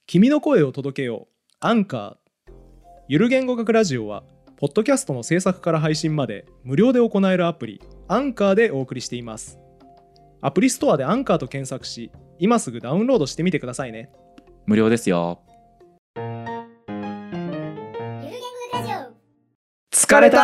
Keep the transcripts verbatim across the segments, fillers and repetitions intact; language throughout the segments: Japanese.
君の声を届けようアンカー。ゆる言語学ラジオはポッドキャストの制作から配信まで無料で行えるアプリアンカーでお送りしています。アプリストアでアンカーと検索し、今すぐダウンロードしてみてくださいね。 無料ですよ。 疲れた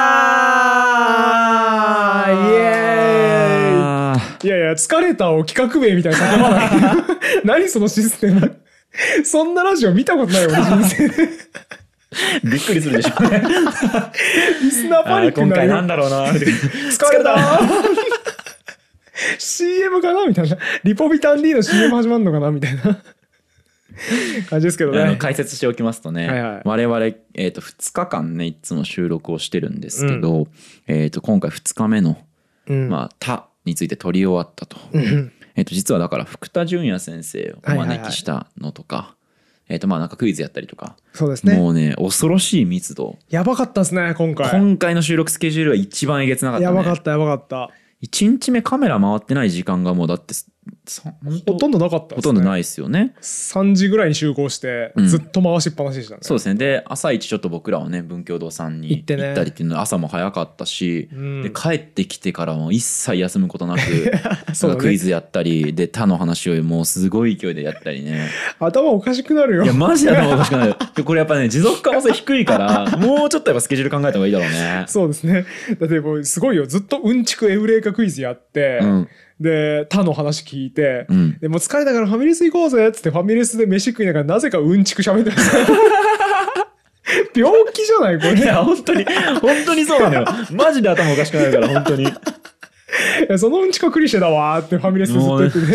ーイエーイ。いやいや、疲れたを企画名みたいな叫ばない何そのシステムそんなラジオ見たことない俺人生でびっくりするでしょうねリスナーパニックになるよ。 今回なんだろうな疲れたーシーエム かなみたいな。リポビタン D の シーエム 始まるのかなみたいな感じですけどね。 あの解説しておきますとね、 はいはい、 我々、えー、とふつかかんねいつも収録をしてるんですけど、うんえー、と今回ふつかめの「うんまあ、た」について取り終わったと、うんえー、と実はだから福田純也先生をお招きしたのとか、はいはいはいえー、とまあなんかクイズやったりとか。 そうですね。 もうね恐ろしい密度。 やばかったですね今回。 今回の収録スケジュールは一番えげつなかったね。 やばかったやばかった。 いちにちめカメラ回ってない時間がもうだってほとんどなかったですね。 ほとんどないですよね。 さんじぐらいに集合してずっと回しっぱなしでしたね、 うん、そうですね。で朝一ちょっと僕らはね文教堂さんに行ったりっていうのは朝も早かったし、うん、で帰ってきてからも一切休むことなくそう、ね、クイズやったりで他の話をもうすごい勢いでやったりね。 頭おかしくなるよ。 いやマジで頭おかしくなるこれやっぱね持続可能性低いからもうちょっとやっぱスケジュール考えた方がいいだろうね。 そうですね。だってもうすごいよ。ずっとうんちくエウレカクイズやって、うんで他の話聞いて、うん、でもう疲れたからファミレス行こうぜっつってファミレスで飯食いながらなぜかうんちく喋ってました病気じゃないこれ。 いや本当に本当にそうなのよマジで頭おかしくなるから本当にいやそのうんちくクリシェだわーってファミレスでずっと言ってね。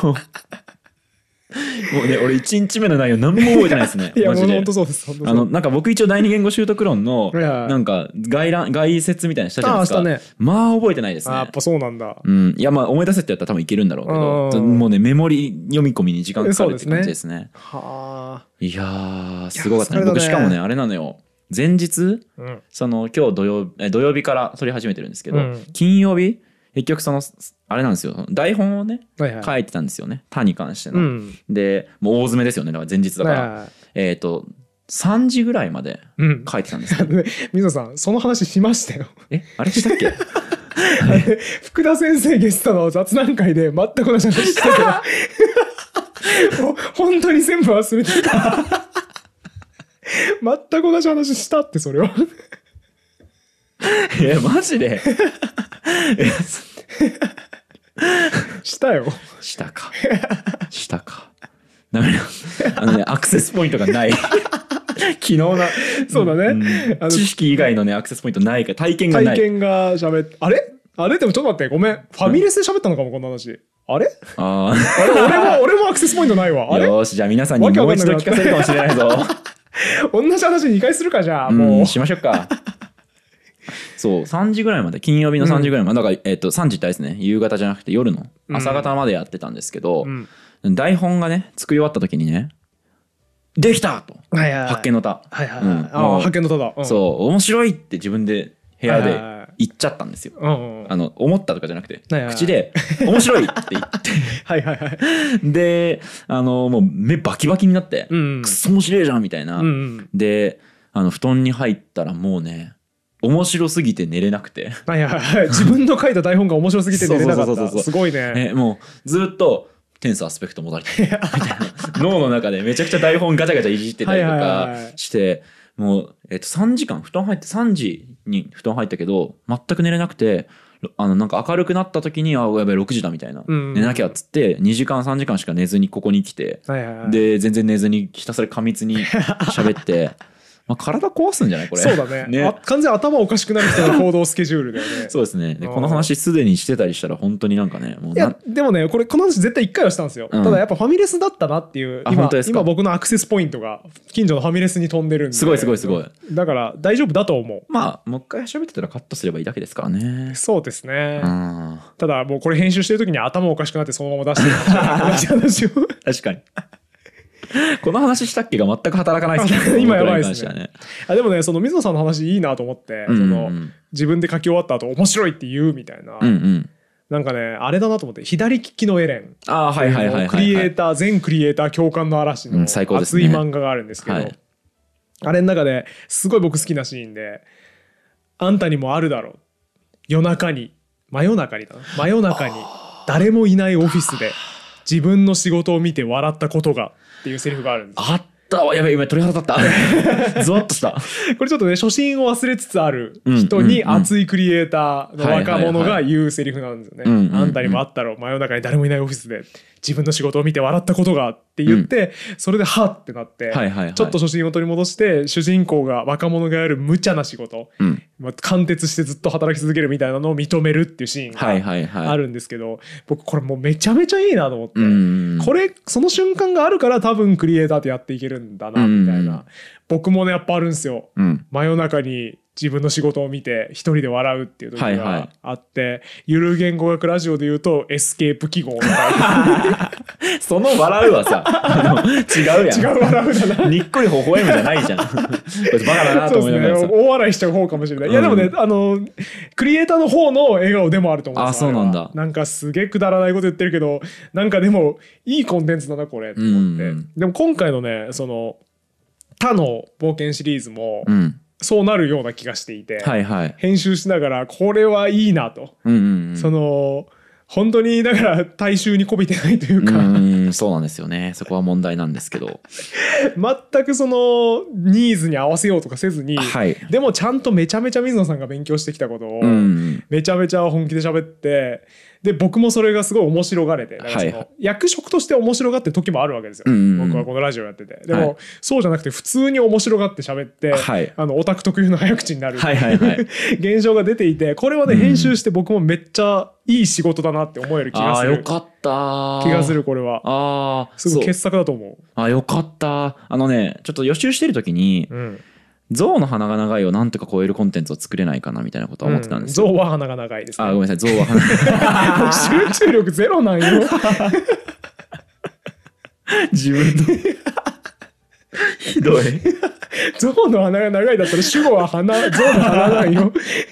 もうね俺いちにちめの内容何も覚えてないですね。 いやマジでもう本当そうです。本当そう。 あのなんか僕一応第二言語習得論のなんか概覧概説みたいなしたじゃないですか。ああしたね。まあ覚えてないですね。 あやっぱそうなんだ。 うんいやまあ思い出せってやったら多分いけるんだろうけどもうねメモリ読み込みに時間かかるって感じですね。ですねはあ。いやーすごかったね。僕しかもねあれなのよ。前日、うん、その今日土曜え土曜日から撮り始めてるんですけど、うん、金曜日結局そのあれなんですよ台本をね、はいはい、書いてたんですよね他に関しての、うん、でもう大詰めですよねだから前日だから、はいはい、えっ、ー、とさんじぐらいまで書いてたんですよ、うん、 水野さんその話しましたよ。 えあれしたっけ福田先生ゲストの雑談会で全く同じ話したけどもう本当に全部忘れてた全く同じ話したってそれはいやマジでしたよ。 したかしたかダメだあのねアクセスポイントがない昨日なそうだね、 うん、あの知識以外のねアクセスポイントないから体験がない体験が喋ってあれあれでもちょっと待ってごめんファミレスで喋ったのかもこんな話あれああれ俺も俺もアクセスポイントないわ。あれよしじゃあ皆さんにもう一度聞かせるかもしれないぞ同じ話にかいするかじゃあもう、 うん、しましょうかそうさんじぐらいまで金曜日のさんじぐらいまで、うん、だから、えー、とさんじってあれですね夕方じゃなくて夜の朝方までやってたんですけど、うん、台本がね作り終わった時にねできたと、はいはいはい、発見の歌、はいはいはいうん、 あ発見の歌だ、うん、 そう面白いって自分で部屋で言っちゃったんですよ、はいはいはい、あの思ったとかじゃなくて、はいはい、口で面白いって言ってはいはい、はい、であのもう目バキバキになって、うんうん、くっそ面白いじゃんみたいな、うんうん、であの布団に入ったらもうね面白すぎて寝れなくてはいはいはい自分の書いた台本が面白すぎて寝れなかったすごい ね, ねもうずっとテンスアスペクトモダリティみたいな脳の中でめちゃくちゃ台本ガチャガチャいじってたりとかして、はいはいはい、もう、えっと、さんじかん布団入ってさんじに布団入ったけど全く寝れなくてあのなんか明るくなった時にあやばいろくじだみたいな、うんうん、寝なきゃっつってにじかんさんじかんしか寝ずにここに来て、はいはいはい、で全然寝ずにひたすら過密に喋ってまあ、体壊すんじゃないこれ。 そうだ ね, ねあ完全に頭おかしくなる人の行動スケジュールだよねそうですね。でこの話すでにしてたりしたら本当になんかねもういやでもねこれこの話絶対いっかいはしたんですよ、うん、ただやっぱファミレスだったなっていう 今, 今僕のアクセスポイントが近所のファミレスに飛んでるんですごいすごいすごいだから大丈夫だと思う。 まあもう一回喋ってたらカットすればいいだけですからね。 そうですね、うん、ただもうこれ編集してる時に頭おかしくなってそのまま出してる同じ話を確かにこの話したっけが全く働かないですけど今やばいですね。あでもねその水野さんの話いいなと思って、うんうん、その自分で書き終わった後面白いって言うみたいな、うんうん、 なんかねあれだなと思って、左利きのエレン、 あ、はいはいはいはいはい、 クリエイター全クリエイター共感の嵐の熱い漫画があるんですけど、うん、ね、はい、あれの中ですごい僕好きなシーンで、あんたにもあるだろう、夜中に真夜中にだな真夜中に誰もいないオフィスで自分の仕事を見て笑ったことがっていうセリフがあるんです。 あったわ、やべえ、今鳥肌立ったゾワッとした。 これちょっとね初心を忘れつつある人に熱いクリエイターの若者が言うセリフなんですよね。あんたにもあったろ、真夜中に誰もいないオフィスで自分の仕事を見て笑ったことがって言って、うん、それではってなって、はいはいはい、ちょっと初心を取り戻して主人公が若者がやる無茶な仕事、うん、まあ、貫徹してずっと働き続けるみたいなのを認めるっていうシーンがあるんですけど、はいはいはい、僕これもうめちゃめちゃいいなと思って、うん、これその瞬間があるから多分クリエイターってやっていけるんだなみたいな、うん、僕もねやっぱあるんですよ、うん、真夜中に自分の仕事を見て一人で笑うっていう時があって、はいはい、ゆる言語学ラジオで言うとエスケープ記号みたいなその笑うはさ違うやん、 違う笑うだなにっこり微笑むじゃないじゃんこいつバカだなと思いながらさ、 そうですね、大笑いしちゃう方かもしれない、うん、いやでもねあのクリエイターの方の笑顔でもあると思うんですよ。 あ、そうなんだ。 なんかすげえくだらないこと言ってるけどなんかでもいいコンテンツだなこれと思って、うんうん、でも今回のねその他の冒険シリーズも、うん、そうなるような気がしていて、はいはい、編集しながらこれはいいなと、うんうんうん、その本当にだから大衆にこびてないというか、 うん、そうなんですよね、そこは問題なんですけど全くそのニーズに合わせようとかせずに、はい、でもちゃんとめちゃめちゃ水野さんが勉強してきたことをめちゃめちゃ本気で喋って、で僕もそれがすごい面白がれて、その役職として面白がってる時もあるわけですよ、はいはい、僕はこのラジオやってて、でも、はい、そうじゃなくて普通に面白がって喋って、はい、あのオタク特有の早口になるっていう現象が出ていて、これはね、うん、編集して僕もめっちゃいい仕事だなって思える気がする。 あ、よかった気がする。これはあすごい傑作だと思う。 あ、よかった。あのねちょっと予習してる時に、うん、象の鼻が長いをなんとか超えるコンテンツを作れないかなみたいなことは思ってたんですよ、 うん、象は鼻が長いですね。 あ、ごめんなさい、象は鼻が長い集中力ゼロなんよ自分のひどい象の鼻が長いだったら主語は鼻象の鼻なんよ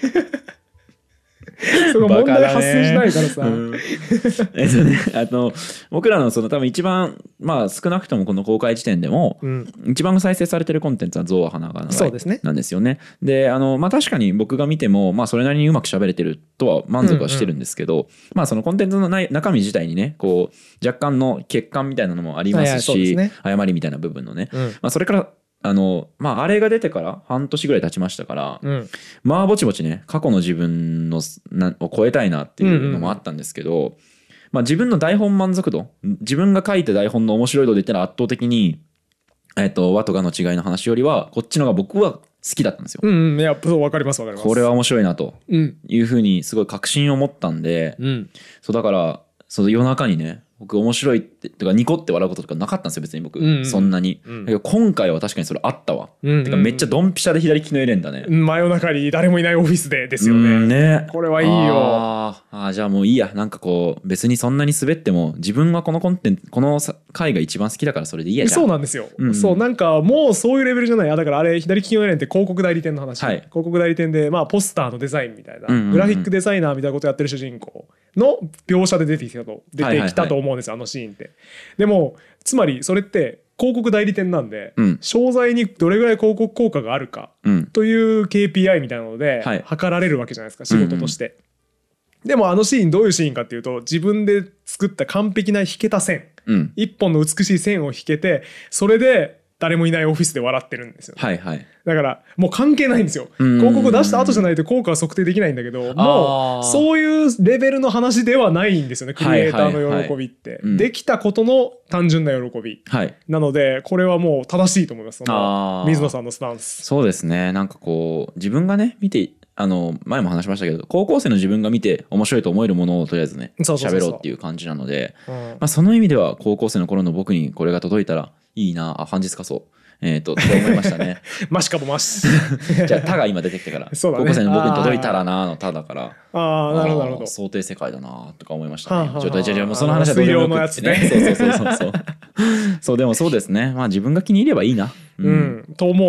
その問題発生しないからさ、うん、 えっとねあの僕らのその多分一番まあ少なくともこの公開時点でも、うん、一番再生されてるコンテンツは象は鼻が長いなんですよね。であのまあ確かに僕が見てもまあそれなりにうまく喋れてるとは満足はしてるんですけど、うんうん、まあそのコンテンツのない中身自体にねこう若干の欠陥みたいなのもありますし、ね、誤りみたいな部分のね、うん、まあそれからあのまあ、あれが出てから半年ぐらい経ちましたから、うん、まあぼちぼちね過去の自分のなを超えたいなっていうのもあったんですけど、うんうん、まあ、自分の台本満足度自分が書いた台本の面白い度で言ったら圧倒的に、えっと、和とがの違いの話よりはこっちのが僕は好きだったんですよ。 うんうん、いやそう分かります分かります。 これは面白いなというふうにすごい確信を持ったんで、うん、そうだからその夜中にね僕面白いってとかニコって笑うこととかなかったんですよ別に僕、うんうん、そんなに、うん、だけど今回は確かにそれあったわ、うんうん、てかめっちゃドンピシャで左利きのエレンだね。 真夜中に誰もいないオフィスでですよね。うんね、これはいいよ。 ああじゃあもういいや。なんかこう別にそんなに滑っても自分はこのコンテンツこの回が一番好きだからそれでいいやじゃん。 そうなんですよ、うんうん、そうなんかもうそういうレベルじゃない。だからあれ左利きのエレンって広告代理店の話、はい、広告代理店でまあポスターのデザインみたいな、うんうんうん、グラフィックデザイナーみたいなことやってる主人公の描写で出てきたと出てきたと思うんですよ、はいはいはい、あのシーンって。でもつまりそれって広告代理店なんで、うん、商材にどれぐらい広告効果があるかという ケーピーアイ みたいなので測られるわけじゃないですか、仕事として、うんうん、でもあのシーンどういうシーンかっていうと自分で作った完璧な引けた線、うん、一本の美しい線を引けてそれで誰もいないオフィスで笑ってるんですよ、ね、はいはい、だからもう関係ないんですよ。広告出した後じゃないと効果は測定できないんだけどもうそういうレベルの話ではないんですよねクリエイターの喜びって、はいはいはい、できたことの単純な喜び、はい、なのでこれはもう正しいと思います。その水野さんのスタンス。 そうですね。なんかこう自分がね見てあの前も話しましたけど高校生の自分が見て面白いと思えるものをとりあえずね喋ろうっていう感じなので、うんまあ、その意味では高校生の頃の僕にこれが届いたらいいなあ半日かそうえーとって思いましたね。 マシかもマシ。 じゃあ「た」が今出てきてからそうだ、ね、高校生の僕に届いたらなの「た」だからああなるほどなるほど想定世界だなとか思いましたね。ちょっとじゃあもうその話はどうでもよくってね。そうそうそうそうそうそうでもそうですね。まあ自分が気に入ればいいな。 うん、うん、と思うよ。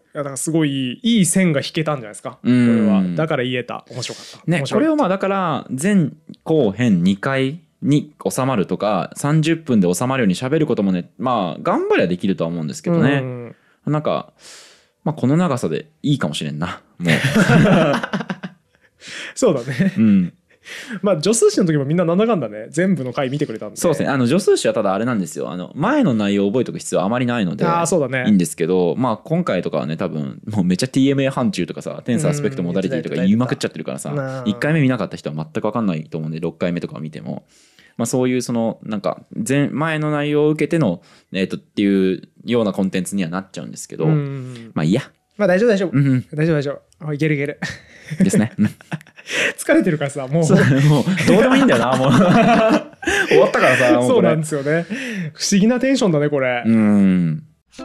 やだからすごいいい線が引けたんじゃないですか、これは。だから言えた。面白かった。 ね、これをまあだから前後編にかいに収まるとかさんじゅっぷんで収まるように喋ることもね、まあ頑張りゃできるとは思うんですけどね。うんなんか、まあ、この長さでいいかもしれんなもうそうだね。うん。まあ助数詞の時もみんななんだかんだね全部の回見てくれたんで。 そうですね。あの助数詞はただあれなんですよ。あの前の内容を覚えておく必要はあまりないのであそうだ、ね、 いいんですけど、まあ今回とかはね多分もうめっちゃ ティーエムエー 範疇とかさテンサーアスペクトモダリティとか言いまくっちゃってるからさいっかいめ見なかった人は全く分かんないと思うんでろっかいめとかを見ても。まあ、そういうそのなんか前前の内容を受けての、えー、とっていうようなコンテンツにはなっちゃうんですけど、まあいいや。 まあ大丈夫大丈夫、うん、大丈夫大丈夫。いけるいけるですね。 疲れてるからさもうもうどうでもいいんだよなもう終わったからさもうそうなんですよね。不思議なテンションだねこれ。うん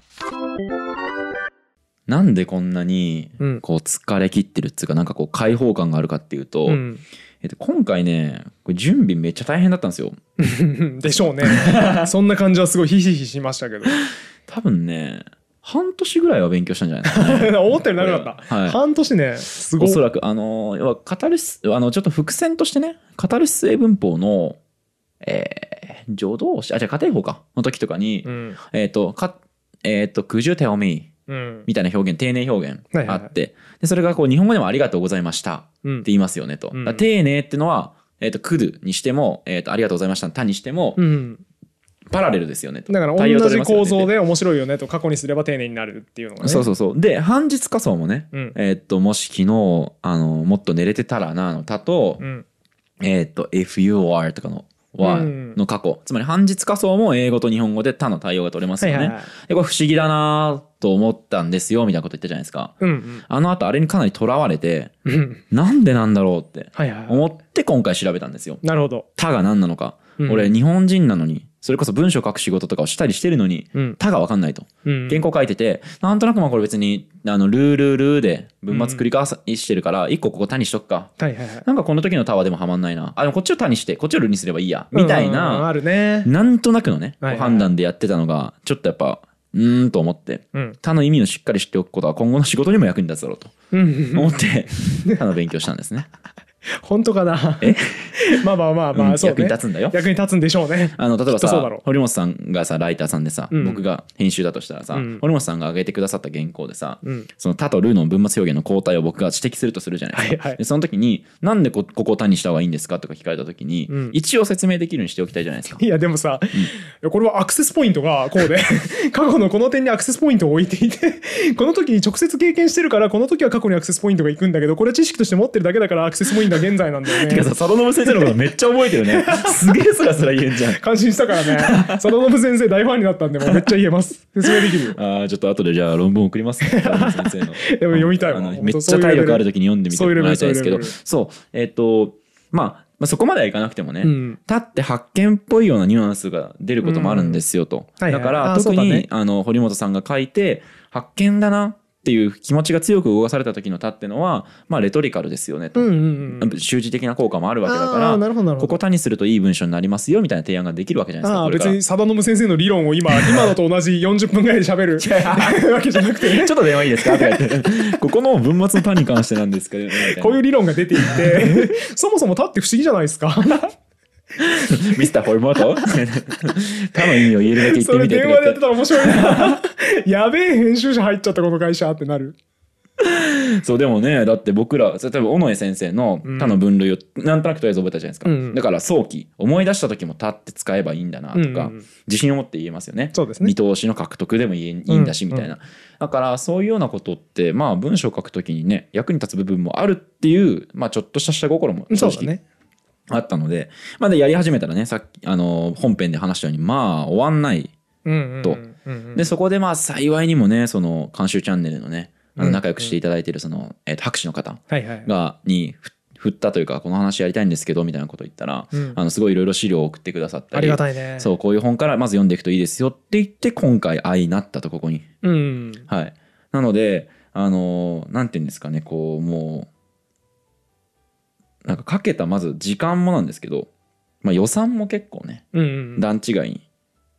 なんでこんなにこう疲れ切ってるっつうかなんかこう開放感があるかっていうと、うんえっと、今回ねこれ準備めっちゃ大変だったんですよ。 でしょうね。そんな感じはすごいヒヒヒしましたけど多分ね半年ぐらいは勉強したんじゃないかな、ね、 思ったより長かった、はい、半年ねすごい。 おそらくあの要はカタルシスあのちょっと伏線としてねカタルシス英文法のえー、助動詞あじゃあ家庭法かの時とかに、うん、えっ、ー、とかえっ、ー、と Could you tell meうん、みたいな表現丁寧表現あって、はいはいはい、でそれがこう日本語でもありがとうございましたって言いますよねと、うん、丁寧っていうのは、えー、と could にしても、えー、とありがとうございましたたにしても、うん、パラレルですよねと。 だから同じ構造で面白いよねと過去にすれば丁寧になるっていうのがね。 そうそうそうで半日仮想もね、うん、えー、ともし昨日あのもっと寝れてたらなのたと、うん、えっ、ー、と if you are とかのはの過去、つまり半日仮想も英語と日本語で他の対応が取れますよね、はいはいはい、でこれ不思議だなと思ったんですよみたいなこと言ったじゃないですか、うんうん、あの後あれにかなりとらわれて、うん、なんでなんだろうって思って今回調べたんですよ。 なるほど。 他が何なのか、うん、俺日本人なのにそれこそ文章書く仕事とかをしたりしてるのに、うん、他が分かんないと、うん、原稿書いててなんとなくまあこれ別にあのルールールーで文末繰り返してるから一個ここ他にしとくか、うんはいはいはい、なんかこの時の他はでもはまんないなあでもこっちを他にしてこっちをルーにすればいいやみたいな、うん、あるね、なんとなくのね、はいはい、判断でやってたのがちょっとやっぱうーんと思って、うん、他の意味をしっかり知っておくことは今後の仕事にも役に立つだろうと思って他の勉強したんですね。 本当かな。えまあまあまあまあ、うん、そうね、 役に立つんだよ。 役に立つんでしょうね。 あの例えばさ堀本さんがさライターさんでさ、うん、僕が編集だとしたらさ、うん、堀本さんが上げてくださった原稿でさ、うん、その他とルの文末表現の交代を僕が指摘するとするじゃないですか、はいはい、でその時になんで こ, ここを他にした方がいいんですかとか聞かれた時に、うん、一応説明できるようにしておきたいじゃないですか。 いやでもさ、うん、これはアクセスポイントがこうで過去のこの点にアクセスポイントを置いていてこの時に直接経験してるからこの時は過去にアクセスポイントがいくんだけどこれは知識として持ってるだけだからアクセスポイントは現在なんだよね。 てかさ佐渡信先生のことめっちゃ覚えてるねすげえスラスラ言えんじゃん。 感心したからね佐渡信先生大ファンになったんでもうめっちゃ言えます説明できるよ。 ああちょっと後でじゃあ論文送りますね先生のでも読みたいわ。 めっちゃ体力ある時に読んでみてもらいたいですけどそうえっ、ー、とまあまあ、そこまではいかなくてもね、うん、立って発見っぽいようなニュアンスが出ることもあるんですよと、うんはいはい、だから特にあ、ね、あの堀本さんが書いて発見だなっていう気持ちが強く動かされた時の「た」ってのは、まあ、レトリカルですよねと、うんうんうん、習字的な効果もあるわけだからここ「た」にするといい文章になりますよみたいな提案ができるわけじゃないですか。 あ別に佐田信先生の理論を今今のと同じよんじゅっぷんぐらいで喋るわけじゃなくて、ね、 ちょっと電話いいですかとか言ってここの文末の「た」に関してなんですけど、ね、 こういう理論が出ていてそもそも「た」って不思議じゃないですかミスターホルモート他の意味を言えるだけ言ってみてそれ電話でやってたら面白いなやべえ編集者入っちゃったこの会社ってなるそうでもねだって僕ら例えば尾上先生の他の分類をなんとなくとりあえず覚えたじゃないですか、うん、だから早期思い出した時も「た」って使えばいいんだなとか、うんうん、自信を持って言えますよね。そうですね見通しの獲得でもいいんだしみたいな、うんうん、だからそういうようなことってまあ文章を書く時にね役に立つ部分もあるっていう、まあ、ちょっとした下心も正直あったので、まあ、でやり始めたらねさっきあの本編で話したようにまあ終わんないと、でそこでまあ幸いにもねその監修チャンネルのねあの仲良くしていただいているその、えー、と博士の方がに振ったというかこの話やりたいんですけどみたいなことを言ったら、うん、あのすごいいろいろ資料を送ってくださったりありがたいね。 そうこういう本からまず読んでいくといいですよって言って今回愛になったとここに、うんはい、なのであのなんていうんですかねこうもうなんかかけたまず時間もなんですけど、まあ、予算も結構ね、うんうん、段違いに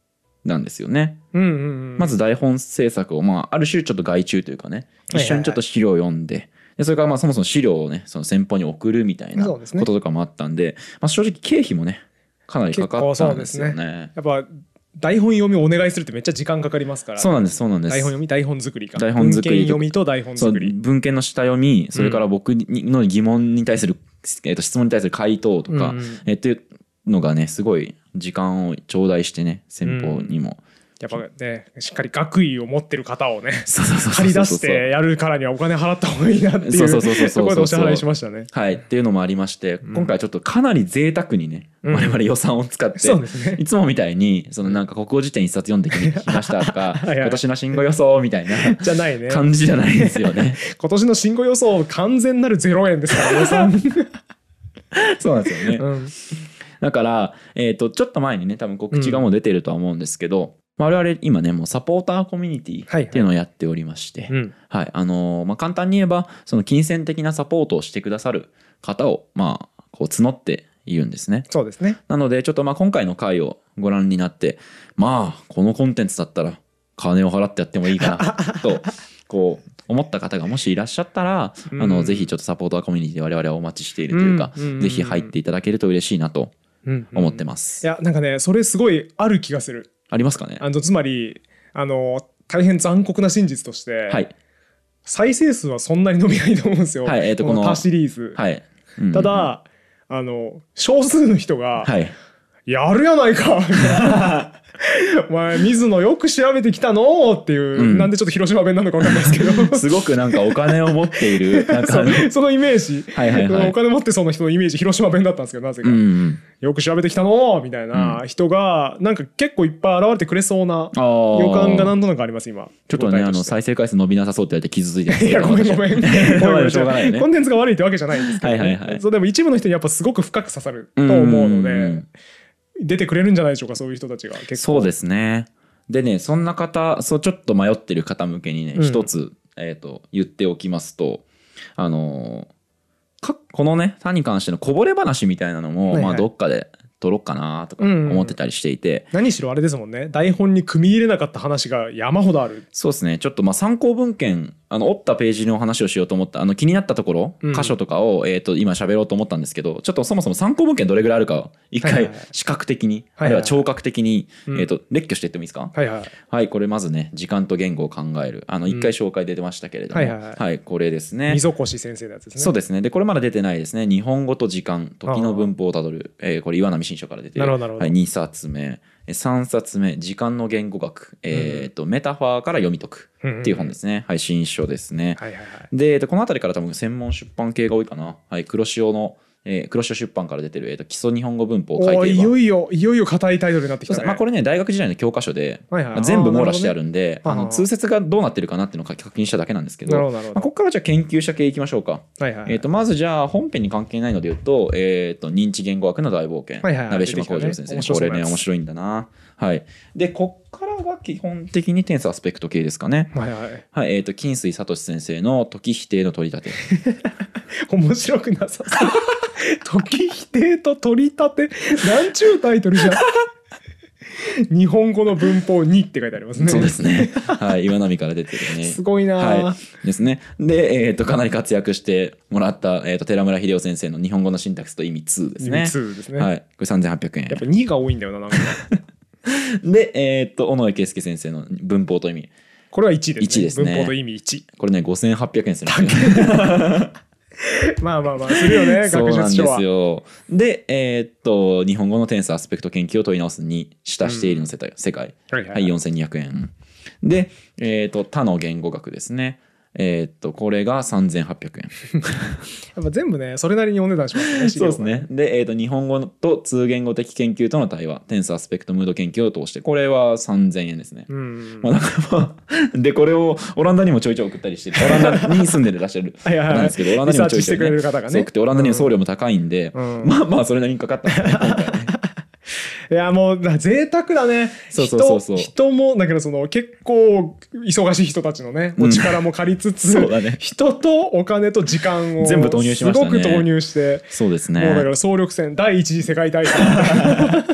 なんですよね。 うんうんうん、 まず台本制作を、まあ、ある種ちょっと外注というかね一緒にちょっと資料を読んで、はいはいはい、でそれからまあそもそも資料をねその先方に送るみたいなこととかもあったん で, で、ねまあ、正直経費もねかなりかかったんですよ ね, ですね。 やっぱ台本読みをお願いするってめっちゃ時間かかりますから、ね、 そうなんですそうなんです。 台本読み台本作りか台本作り文献読みと台本作り、 文献の下読みそれから僕の疑問に対する、うんえー、と質問に対する回答とか、うんうんえー、っていうのがねすごい時間を頂戴してね先方にも、うんやっぱねしっかり学位を持ってる方をね借り出してやるからにはお金払った方がいいなっていうところでお支払いしましたね。 はいっていうのもありまして、うん、今回ちょっとかなり贅沢にね、うん、我々予算を使って、 そうですね、 いつもみたいにそのなんか国語辞典一冊読んできましたとかはい、はい、今年の新語予想みたいなじゃないね感じじゃないですよね今年の新語予想完全なるゼロえんですから予算そうなんですよね、うん、だから、えーと、ちょっと前にね多分告知がもう出てるとは思うんですけど、うん我々今ねもうサポーターコミュニティっていうのをやっておりまして、はいはいはいあのーまあ、簡単に言えばその金銭的なサポートをしてくださる方をまあこう募っているんですね。 そうですね。 なのでちょっとまあ今回の回をご覧になってまあこのコンテンツだったら金を払ってやってもいいかなとこう思った方がもしいらっしゃったら、うん、あのぜひちょっとサポーターコミュニティで我々はお待ちしているというか、うんうんうんうん、ぜひ入っていただけると嬉しいなと思ってます。 うんうん、いやなんかねそれすごいある気がする。 ありますかね。 あのつまりあの大変残酷な真実として、はい、再生数はそんなに伸びないと思うんですよ、はいえー、とこの他シリーズ、はいうんうん、ただあの少数の人が、はい、やるやないかお前水野よく調べてきたのっていう、うん、なんでちょっと広島弁なのか分かんないですけどすごくなんかお金を持っているなんかそ, そのイメージ、はいはいはい、お金持ってそうな人のイメージ広島弁だったんですけどなぜか、うんうん、よく調べてきたのみたいな人がなんか結構いっぱい現れてくれそうな予感がなんとなくあります今。 ちょっとねあの再生回数伸びなさそうって言われて傷ついてますけどいやごめんごめんしょうがないよねコンテンツが悪いってわけじゃないんですけど、ねはいはいはい、そうでも一部の人にやっぱすごく深く刺さると思うので、うんうんうん出てくれるんじゃないでしょうかそういう人たちが結構。 そうですね。でねそんな方そうちょっと迷ってる方向けにね一、うん、つ、えー、と言っておきますとあのー、かこのね他に関してのこぼれ話みたいなのも、はいはいまあ、どっかで撮ろうかなとか思ってたりしていて、うんうん、何しろあれですもんね台本に組み入れなかった話が山ほどある。 そうですねちょっとまあ参考文献あの折ったページの話をしようと思ったあの気になったところ、うん、箇所とかを、えー、と今喋ろうと思ったんですけどちょっとそもそも参考文献どれぐらいあるかを一回視覚的に、はいはいはい、あるいは聴覚的に、はいはいえー、と列挙していってもいいですか、はいはいはい、これまずね時間と言語を考えるあの一回紹介出てましたけれども、うんはいはいはいはい、これですね溝越先生のやつですね。 そうですねでこれまだ出てないですね日本語と時間時の文法をたどる、えー、これ岩波新書から出てるはい、にさつめさんさつめ時間の言語学、えーとうん、メタファーから読み解くっていう本ですね、うんうん、はい、新書ですね、はいはいはい、でこの辺りから多分専門出版系が多いかな、はい、黒潮のえー、黒潮出版から出てる、えー、と基礎日本語文法を書いていればいよいよいよいよ硬いタイトルになってきたね。 まあ、これね大学時代の教科書で、はいはいまあ、全部網羅してあるんであ、ね、あの通説がどうなってるかなっていうのを確認しただけなんですけど、まあ、ここからじゃあ研究者系いきましょうか、はいはいはいえー、とまずじゃあ本編に関係ないので言うと、えー、と認知言語学の大冒険、はいはいはい、鍋島幸次郎先生、ね、これね面白いんだな。はい、でこっからが基本的にテンスアスペクト系ですかね。はいはいはいえー、と金水聡先生の時否定の取り立て面白くなさそう時否定と取り立てなんちゅうタイトルじゃん日本語の文法にって書いてありますね。 そうですね。はい、岩波から出てるね。 すごいな、 はい。ですね。で、えっ、ー、とかなり活躍してもらった、えっ、ー、と寺村秀夫先生の日本語のシンタクスと意味にですね。 意味にですね。 はい。これさんぜんはっぴゃくえん。 やっぱにが多いんだよななんか。 で、えっ、ー、と尾上圭介先生の文法と意味。 これはいちですね。 いちですね。 文法と意味いち。 これねごせんはっぴゃくえんするんですよ。 まあまあまあするよね学術書は。 そうなんですよ。で、えー、っと日本語のテンスアスペクト研究を問い直すに下しているの世界、うん、世界はい、はい、よんせんにひゃくえんで、えー、っと他の言語学ですね。えー、っとこれがさんぜんはっぴゃくえんやっぱ全部ねそれなりにお値段しますね。 そうですね。で、えー、っと日本語と通言語的研究との対話テンスアスペクトムード研究を通してこれはさんぜんえんですね。うん、まあ、だからまあでこれをオランダにもちょいちょい送ったりしてオランダに住んでらっしゃる方なんですけどオランダにもちょいちょい、ね、そうくてオランダにも送料も高いんで、うん、まあまあそれなりにかかったんですね今回ね。 いやもう贅沢だね。 そうそうそうそう。 人, 人もだけどその結構忙しい人たちのねお力も借りつつ、うんそうだね、人とお金と時間を全部投入しましたね。 すごく投入してそうですね。 もうだから総力戦第一次世界大戦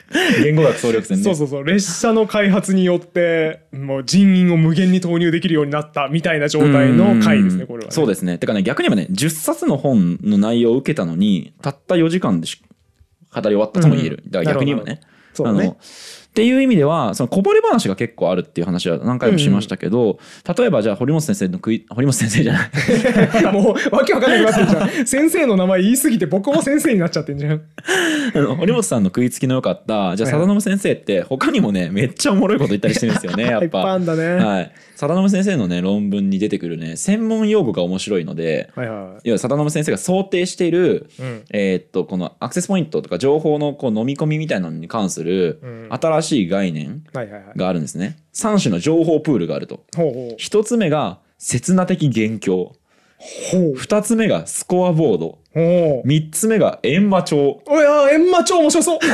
言語学総力戦ね。 そうそうそう、列車の開発によってもう人員を無限に投入できるようになったみたいな状態の回ですね、これは、ね、 そうですね。てかね、逆に言えばね、じゅっさつの本の内容を受けたのにたったよじかんで語り終わったとも言える。だから逆に言えばね、 そうね、あのっていう意味ではそのこぼれ話が結構あるっていう話は何回もしましたけど、うんうん、例えばじゃあ堀本先生の食い堀本先生じゃないもうわけわかんなくなってるじゃん先生の名前言い過ぎて僕も先生になっちゃってんじゃんあの堀本さんの食いつきの良かったじゃあ貞信先生って他にもねめっちゃおもろいこと言ったりしてるんですよねやっぱいっぱいあんだね、はい、貞信先生のね論文に出てくるね専門用語が面白いので、はいはい、いわゆる貞信先生が想定している、うん、えー、っとこのアクセスポイントとか情報のこう飲み込みみたいなのに関する新しい概念があるんですね。さん種の情報プールがあると。ほうほう、ひとつめが刹那的元凶、ふたつめがスコアボード、みっつめが閻魔帳。 おや閻魔帳面白そう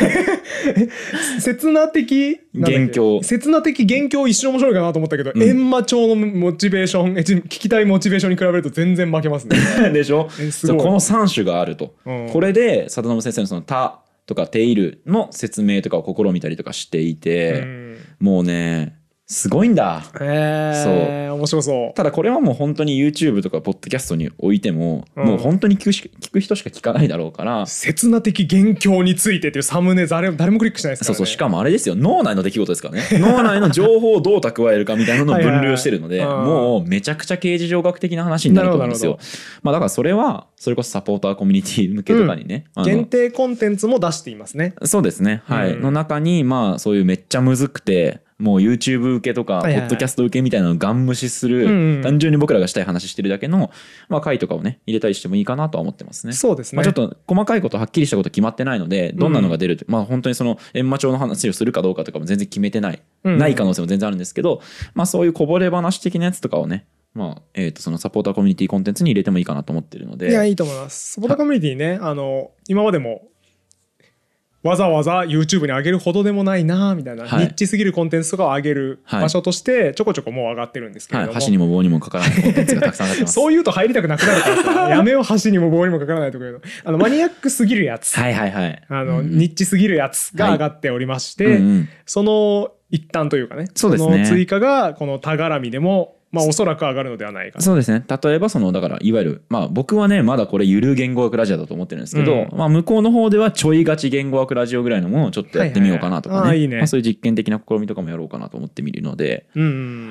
刹那的元凶、 刹那的元凶一瞬面白いかなと思ったけど、うん、閻魔帳のモチベーション聞きたいモチベーションに比べると全然負けますねでしょ。すごいこのさん種があると、うん、これで貞信先生のその他とかテイルの説明とかを試みたりとかしていて、うん、もうねすごいんだ。 へー、そう面白そう。 ただこれはもう本当に YouTube とかポッドキャストにおいても、うん、もう本当に聞くし聞く人しか聞かないだろうから。 刹那的元凶についてっていうサムネ誰誰もクリックしないですからね。 そうそう、しかもあれですよ、脳内の出来事ですからね脳内の情報をどう蓄えるかみたいなのを分類をしてるのではいはい、はい、もうめちゃくちゃ形而上学的な話になると思うんですよ。まあだからそれはそれこそサポーターコミュニティ向けとかにね、 うん、限定コンテンツも出していますね。 そうですね、はい、うん、の中にまあそういうめっちゃむずくてもう YouTube 受けとかポッドキャスト受けみたいなのをガン無視する、単純に僕らがしたい話してるだけの、まあ、回とかをね入れたりしてもいいかなとは思ってますね。 そうですね、 まあ、ちょっと細かいことはっきりしたこと決まってないのでどんなのが出るって、うん、まあ本当にその閻魔帳の話をするかどうかとかも全然決めてない、うん、ない可能性も全然あるんですけど、まあそういうこぼれ話的なやつとかをね、まあえー、とそのサポーターコミュニティコンテンツに入れてもいいかなと思ってるので。 いやいいと思います。サポーターコミュニティね、あの今までもわざわざ YouTube に上げるほどでもないなみたいな、はい、ニッチすぎるコンテンツとかを上げる場所としてちょこちょこもう上がってるんですけれども、 はい、箸にも棒にもかからないコンテンツがたくさん上がってますそう言うと入りたくなくなるからさやめよう箸にも棒にもかからないとかいうのあのマニアックすぎるやつはいはいはい、 あの、うん、ニッチすぎるやつが上がっておりまして、はいうんうん、その一端というかね、 そうですね、 その追加がこの田絡みでもまあおそらく上がるのではないかな。 そうですね。例えばそのだからいわゆるまあ僕はねまだこれゆる言語学ラジオだと思ってるんですけど、うん、まあ向こうの方ではちょいガチ言語学ラジオぐらいのものをちょっとやってみようかなとかね、はいはいはい、あいいね、まあ、そういう実験的な試みとかもやろうかなと思ってみるので、うんうん、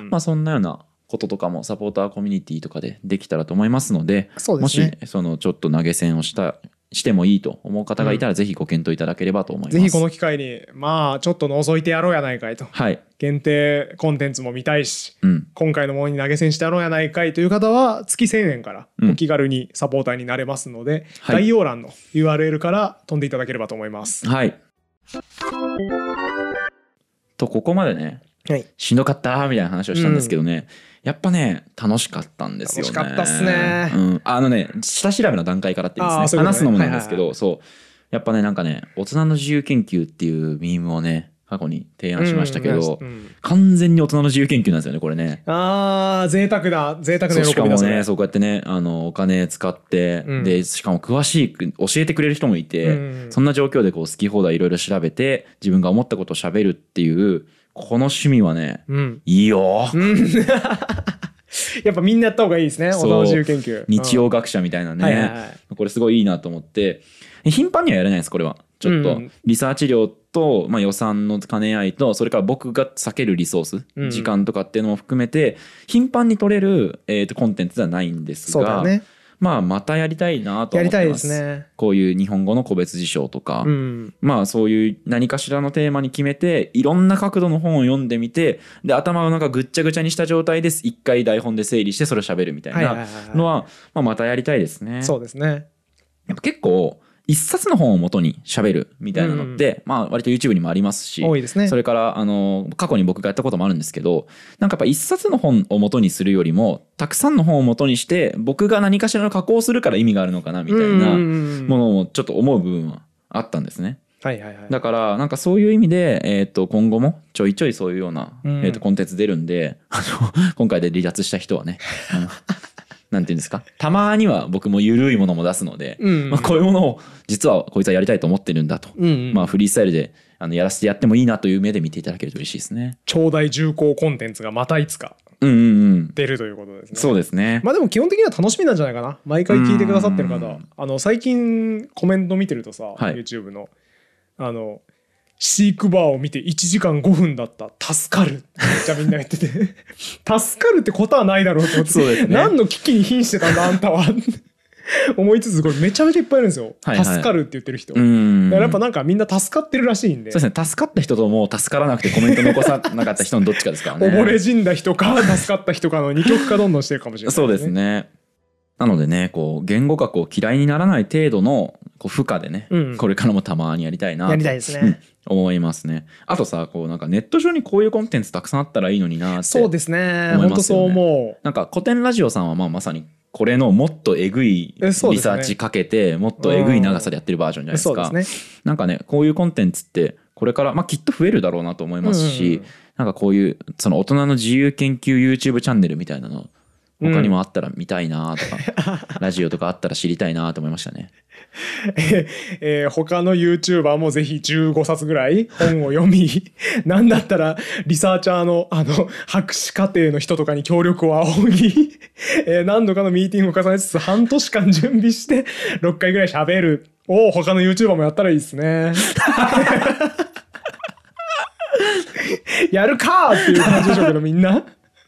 まあそんなようなこととかもサポーターコミュニティとかでできたらと思いますので、 そうですね、 もしそのちょっと投げ銭をしたしてもいいと思う方がいたら、ぜひご検討いただければと思います。 ぜひこの機会にまあちょっと覗いてやろうやないかいと、 はい、 限定コンテンツも見たいし、 うん、 今回のものに投げ銭してやろうやないかいという方は月せんえんからお気軽にサポーターになれますので、うん、概要欄の ユーアールエル から飛んでいただければと思います。 はい。とここまでね、 はい、 しんどかったみたいな話をしたんですけどね、うん、やっぱね楽しかったんですよね。 楽しかったっすね、 うん、あのね下調べの段階からって言うんですね、話すのもなんですけど、はいはいはい、そうやっぱねなんかね大人の自由研究っていうミームをね過去に提案しましたけど、うんうん、完全に大人の自由研究なんですよねこれね。 あー贅沢な贅沢な喜びだ。 しかもねそうこうやってねあのお金使って、うん、でしかも詳しく教えてくれる人もいて、うん、そんな状況でこう好き放題いろいろ調べて自分が思ったことを喋るっていうこの趣味はね、うん、いいよ、うんやっぱみんなやった方がいいですね、大人の自由研究。 日曜学者みたいなね、はいはいはい、これすごいいいなと思って。頻繁にはやれないですこれは。ちょっとリサーチ量と、まあ、予算の兼ね合いとそれから僕が避けるリソース、うん、時間とかっていうのも含めて頻繁に取れる、えー、とコンテンツではないんですが、 そうだね、 まあまたやりたいなと思ってます。やりたいですね。こういう日本語の個別辞書とか、うん、まあそういう何かしらのテーマに決めていろんな角度の本を読んでみて、で頭をなんかぐっちゃぐちゃにした状態です一回台本で整理してそれを喋るみたいなのはまあまたやりたいですね。 そうですね。 やっぱ結構一冊の本を元に喋るみたいなのって、うん、まあ割と YouTube にもありますし、 多いですね。 それからあの過去に僕がやったこともあるんですけど、なんかやっぱ一冊の本を元にするよりもたくさんの本を元にして僕が何かしらの加工をするから意味があるのかなみたいなものをちょっと思う部分はあったんですね。 はいはいはい、 だからなんかそういう意味で、えー、と今後もちょいちょいそういうような、うん、えー、とコンテンツ出るんで、あの今回で離脱した人はねなんていうんですか、たまには僕も緩いものも出すので、うんうん、まあ、こういうものを実はこいつはやりたいと思ってるんだと、うんうん、まあ、フリースタイルであのやらせてやってもいいなという目で見ていただけると嬉しいですね。 長大重厚コンテンツがまたいつかうんうんうん出るということですね。 そうですね。 まあでも基本的には楽しみなんじゃないかな。毎回聞いてくださってる方、あの最近コメント見てるとさ、はい、YouTube のあの飼育バーを見ていちじかんごふんだった助かるってめっちゃみんな言ってて助かるってことはないだろうと思って、そうですね、何の危機に瀕してたんだあんたは思いつつ、これめちゃめちゃいっぱいいるんですよ、はいはい、助かるって言ってる人。だからやっぱなんかみんな助かってるらしいんで。 そうですね、助かった人ともう助からなくてコメント残さなかった人のどっちかですからね溺れ死んだ人か助かった人かの二極化どんどんしてるかもしれない、ね、 そうですね。なのでね、こう言語学を嫌いにならない程度のこう負荷でね、うん、これからもたまにやりたいなとやりたいですね、 うん、思いますね。あとさ、こうなんかネット上にこういうコンテンツたくさんあったらいいのになって、 そうですね、本当そう思う。 なんか古典ラジオさんはまあまさにこれのもっとえぐいリサーチかけて、もっとえぐい長さでやってるバージョンじゃないですか。そうですね。なんかね、こういうコンテンツってこれからまあきっと増えるだろうなと思いますし、うん、なんかこういうその大人の自由研究 YouTube チャンネルみたいなの他にもあったら見たいなとか、うん、ラジオとかあったら知りたいなと思いましたね。 ええー、他の YouTuber もぜひじゅうごさつぐらい本を読みなんだったらリサーチャーのあの博士課程の人とかに協力を仰ぎ、えー、何度かのミーティングを重ねつつ半年間準備してろっかいぐらい喋るを他の YouTuber もやったらいいですねやるかーっていう感じでしょうけどみんな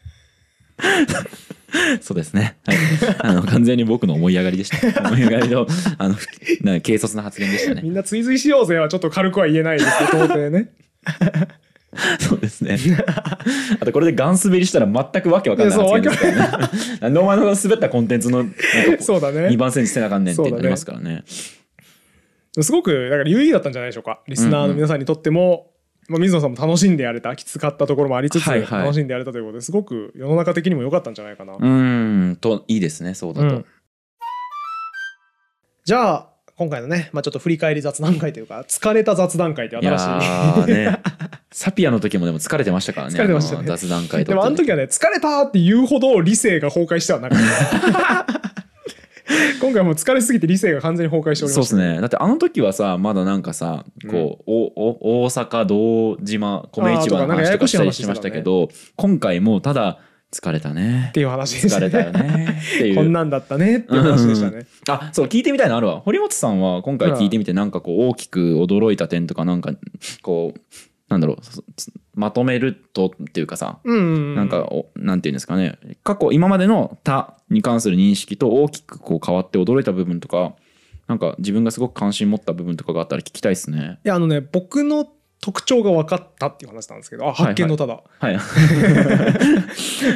そうですね、はい、あの完全に僕の思い上がりでした思い上がりのあのなんか軽率な発言でしたね。 みんな追随しようぜはちょっと軽くは言えないですけど到底ねそうですね。あとこれでガン滑りしたら全くわけわかんない発言ですからね。なんでお前の滑ったコンテンツのそうだね、 にばんせんにしてなあかんねんってなりますからね。 すごくだから有意義だったんじゃないでしょうか、リスナーの皆さんにとっても。うんうん、まあ、水野さんも楽しんでやれた、きつかったところもありつつ楽しんでやれたということですごく世の中的にも良かったんじゃないかな。 うーんといいですね、そうだと、うん、 じゃあ今回のね、まあ、ちょっと振り返り雑談会というか疲れた雑談会って新しい、いやねサピアの時もでも疲れてましたからね。 疲れてましたね、 雑談会とか。 でもあの時はね疲れたって言うほど理性が崩壊してはなかった今回もう疲れすぎて理性が完全に崩壊しておりました。 そうですね。だってあの時はさまだなんかさこう、うん、おお大阪堂島米市場の話とかしたりしましたけど、ね、今回もうただ疲れたねっていう話でしたね。 疲れたよねっていうこんなんだったねっていう話でしたね、うん、 あ、そう聞いてみたいのあるわ。堀本さんは今回聞いてみてなんかこう大きく驚いた点とかなんかこうなんだろうまとめるとっていうかさ、うんうんうん、なんかなんていうんですかね、過去今までの他に関する認識と大きくこう変わって驚いた部分とか、なんか自分がすごく関心持った部分とかがあったら聞きたいですね。 いやあのね僕の特徴が分かったっていう話なんですけど、あ発見のただ、はいはい、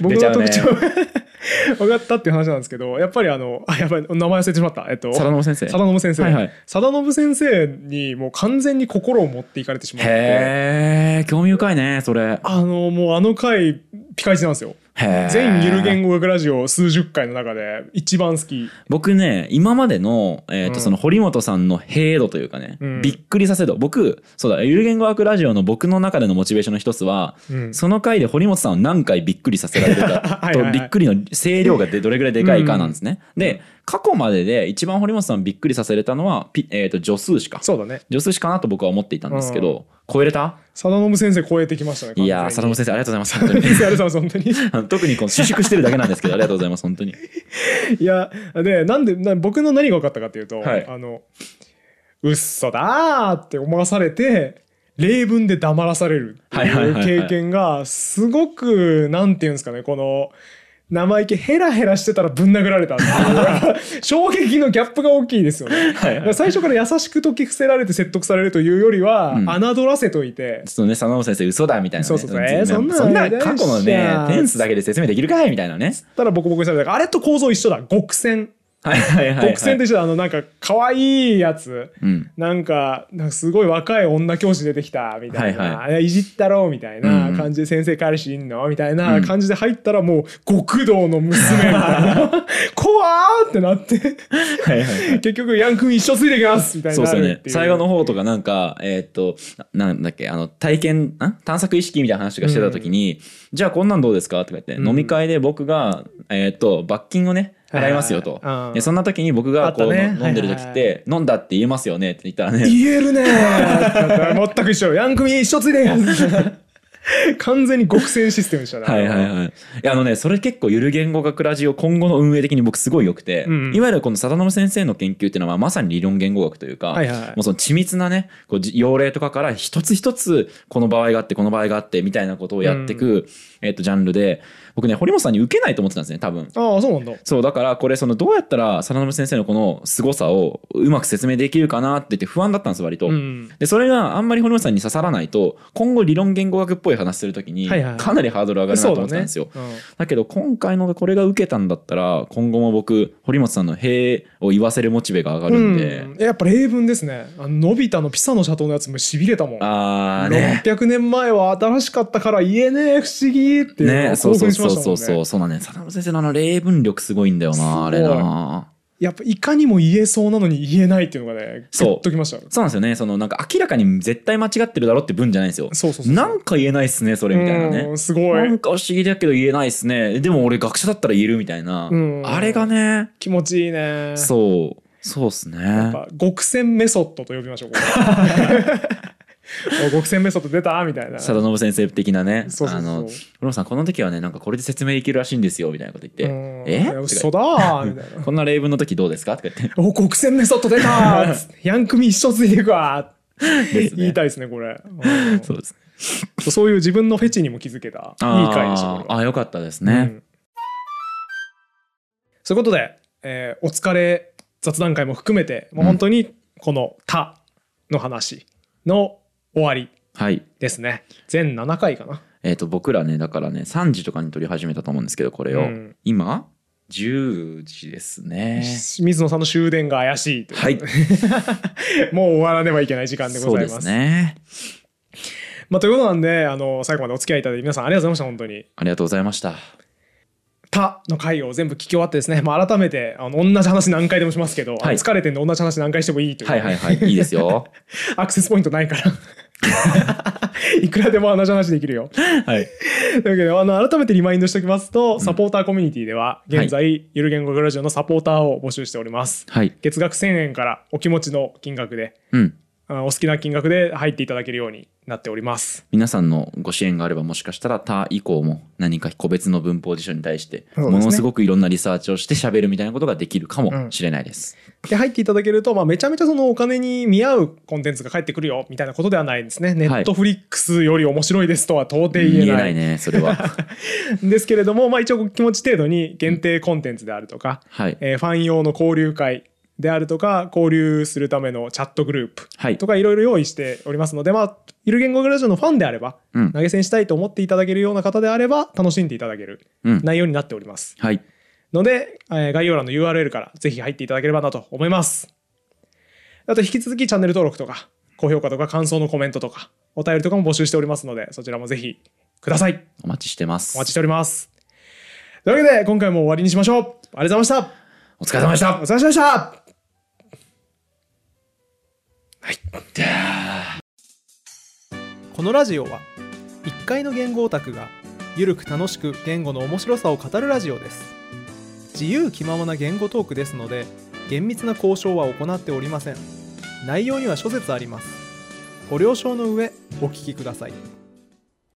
僕の特徴分かったっていう話なんですけど、やっぱりあのあやばい名前忘れてしまった、えっと貞信先生貞信先生、はいはい、貞信先生にもう完全に心を持っていかれてしまって、 へー興味深いねそれ。 あのもうあの回ピカイチなんですよ。全ゆる言語学ラジオ数十回の中で一番好き。 僕ね今までの、えーとうん、その堀本さんの平度というかね、うん、びっくりさせ度、僕そうだゆる言語学ラジオの僕の中でのモチベーションの一つは、うん、その回で堀本さんを何回びっくりさせられるかとびっくりの声量がでどれぐらいでかいかなんですね、うん、で過去までで一番堀本さんをびっくりさせれたのは、えーと助数詞か。 そうだね、 助数詞かなと僕は思っていたんですけど、うん、超えれた？ 貞信先生超えてきましたね。 いやー貞信先生ありがとうございます本当に。 先生ありがとうございます本当に。 特にこの自粛してるだけなんですけどありがとうございます本当に。 いやでなんでな僕の何が分かったかっていうと、はい、あのうっそだーって思わされて例文で黙らされるっていう経験がすごくなんていうんですかね、この生意気ヘラヘラしてたらぶん殴られたっていう衝撃のギャップが大きいですよね。はいはい、最初から優しく説き伏せられて説得されるというよりは、うん、侮らせといてちょっとね貞信先生嘘だみたいな、ね、 そうそうそう、えー、そんなそんな過去のねテンスだけで説明できるかいみたいなね。 たらボコボコにされた。あれと構造一緒だ、極戦。 はいはいはいはい、 極戦と一緒だ。あのなんか可愛いやつ、うん、なんかなんかすごい若い女教師出てきたみたいな、はいはい、いじったろうみたいな感じで、先生彼氏いんのみたいな感じで入ったらもう極道の娘みたいな怖ーってなってはいはい、はい、結局ヤン君一生ついてきますみたいな。 そうですよね。最後の方とかなんかえー、っとなんだっけあの体験ん探索意識みたいな話がしてた時に、うん、じゃあこんなんどうですかとか言って、うん、飲み会で僕がえー、っと罰金をね払いますよと、でそんな時に僕がこう、ね、飲んでる時って、はいはいはい、飲んだって言えますよねって言ったらね、 言えるねー全く一緒、ヤン組一緒ついでん完全に極戦システムでしたね。 はいはいはい。いやあのね、それ結構ゆる言語学ラジオ今後の運営的に僕すごい良くて、うん、いわゆるこの貞信先生の研究っていうのはまさに理論言語学というか、はいはい、もうその緻密なねこう用例とかから一つ一つこの場合があってこの場合があってみたいなことをやっていく、うん、えー、とジャンルで、僕ね堀本さんに受けないと思ってたんですね多分。 ああそうなんだ。 そうだからこれそのどうやったら貞信先生のこの凄さをうまく説明できるかなって言って不安だったんです割と、うん、でそれがあんまり堀本さんに刺さらないと今後理論言語学っぽい話するときにかなりハードル上がるなと思ってたんですよ。だね、うん、だけど今回のこれが受けたんだったら今後も僕堀本さんのへーを言わせるモチベが上がるんで、 うん、やっぱ例文ですね。あののび太のピサの斜塔のやつもしびれたもん。 あーね、 ろっぴゃくねんまえは新しかったから言えねえ不思議っていうのを興奮しましたもんね。そうそうそうそうそうなんね。 貞信先生のあの例文力すごいんだよなあれな。 やっぱいかにも言えそうなのに言えないっていうのがねグッときました。 そうなんですよね。そのなんか明らかに絶対間違ってるだろって文じゃないんですよ。そうそうそうそう、なんか言えないっすねそれみたいなね。 すごいなんか不思議だけど言えないっすね。でも俺学者だったら言えるみたいな、あれがね気持ちいいね。 そうそうっすね。やっぱ極戦メソッドと呼びましょうこれ極戦メソッド出たみたいな貞信先生的なね。そうそうそう、あの室野さんこの時はねなんかこれで説明できるらしいんですよみたいなこと言ってえ嘘だみたいなこんな例文の時どうですかとか言ってお極戦メソッド出たヤン組一緒ついていくわです、ね、言いたいですねこれそうですねそういう自分のフェチにも気づけたいい回でした。 ああよかったですね、うん、 そういうことで、えー、お疲れ雑談会も含めてもう本当にこの「他」の話の終わりですね、はい、全ななかいかな。 えーと僕らねだからねさんじとかに撮り始めたと思うんですけどこれを、うん、今じゅうじですね。 水野さんの終電が怪しいという、はい、もう終わらねばいけない時間でございます。そうですね。まあ、ということなんであの最後までお付き合いいただいて皆さんありがとうございました。本当にありがとうございました。 他の回を全部聞き終わってですね、まあ、改めてあの同じ話何回でもしますけど、はい、疲れてんで同じ話何回してもいいという、 はいはいはいいいですよアクセスポイントないからいくらでも同じ話できるよはい、というわけであの改めてリマインドしておきますと、うん、サポーターコミュニティでは現在、はい、ゆる言語学ラジオのサポーターを募集しております、はい、月額せんえんからお気持ちの金額で、うん、お好きな金額で入っていただけるようになっております。皆さんのご支援があればもしかしたら他以降も何か個別の文法辞書に対してものすごくいろんなリサーチをして喋るみたいなことができるかもしれないです、 うん、で入っていただけると、まあ、めちゃめちゃそのお金に見合うコンテンツが返ってくるよみたいなことではないんですね。ネットフリックスより面白いですとは到底言えない、 言えないねそれはですけれども、まあ、一応気持ち程度に限定コンテンツであるとか、うんはいえー、ファン用の交流会であるとか交流するためのチャットグループとかいろいろ用意しておりますので、はいまあ、ゆる言語学ラジオのファンであれば、うん、投げ銭したいと思っていただけるような方であれば楽しんでいただける内容になっております、うんはい、ので、えー、概要欄の ユーアールエル からぜひ入っていただければなと思います。あと引き続きチャンネル登録とか高評価とか感想のコメントとかお便りとかも募集しておりますのでそちらもぜひください。 お待ちしてます。 お待ちしております。というわけで今回も終わりにしましょう。ありがとうございました。 お疲れ様でした。 お疲れ様でした。はい、このラジオはいっかいの言語オタクがゆるく楽しく言語の面白さを語るラジオです。自由気ままな言語トークですので厳密な交渉は行っておりません。内容には諸説あります。ご了承の上お聞きください。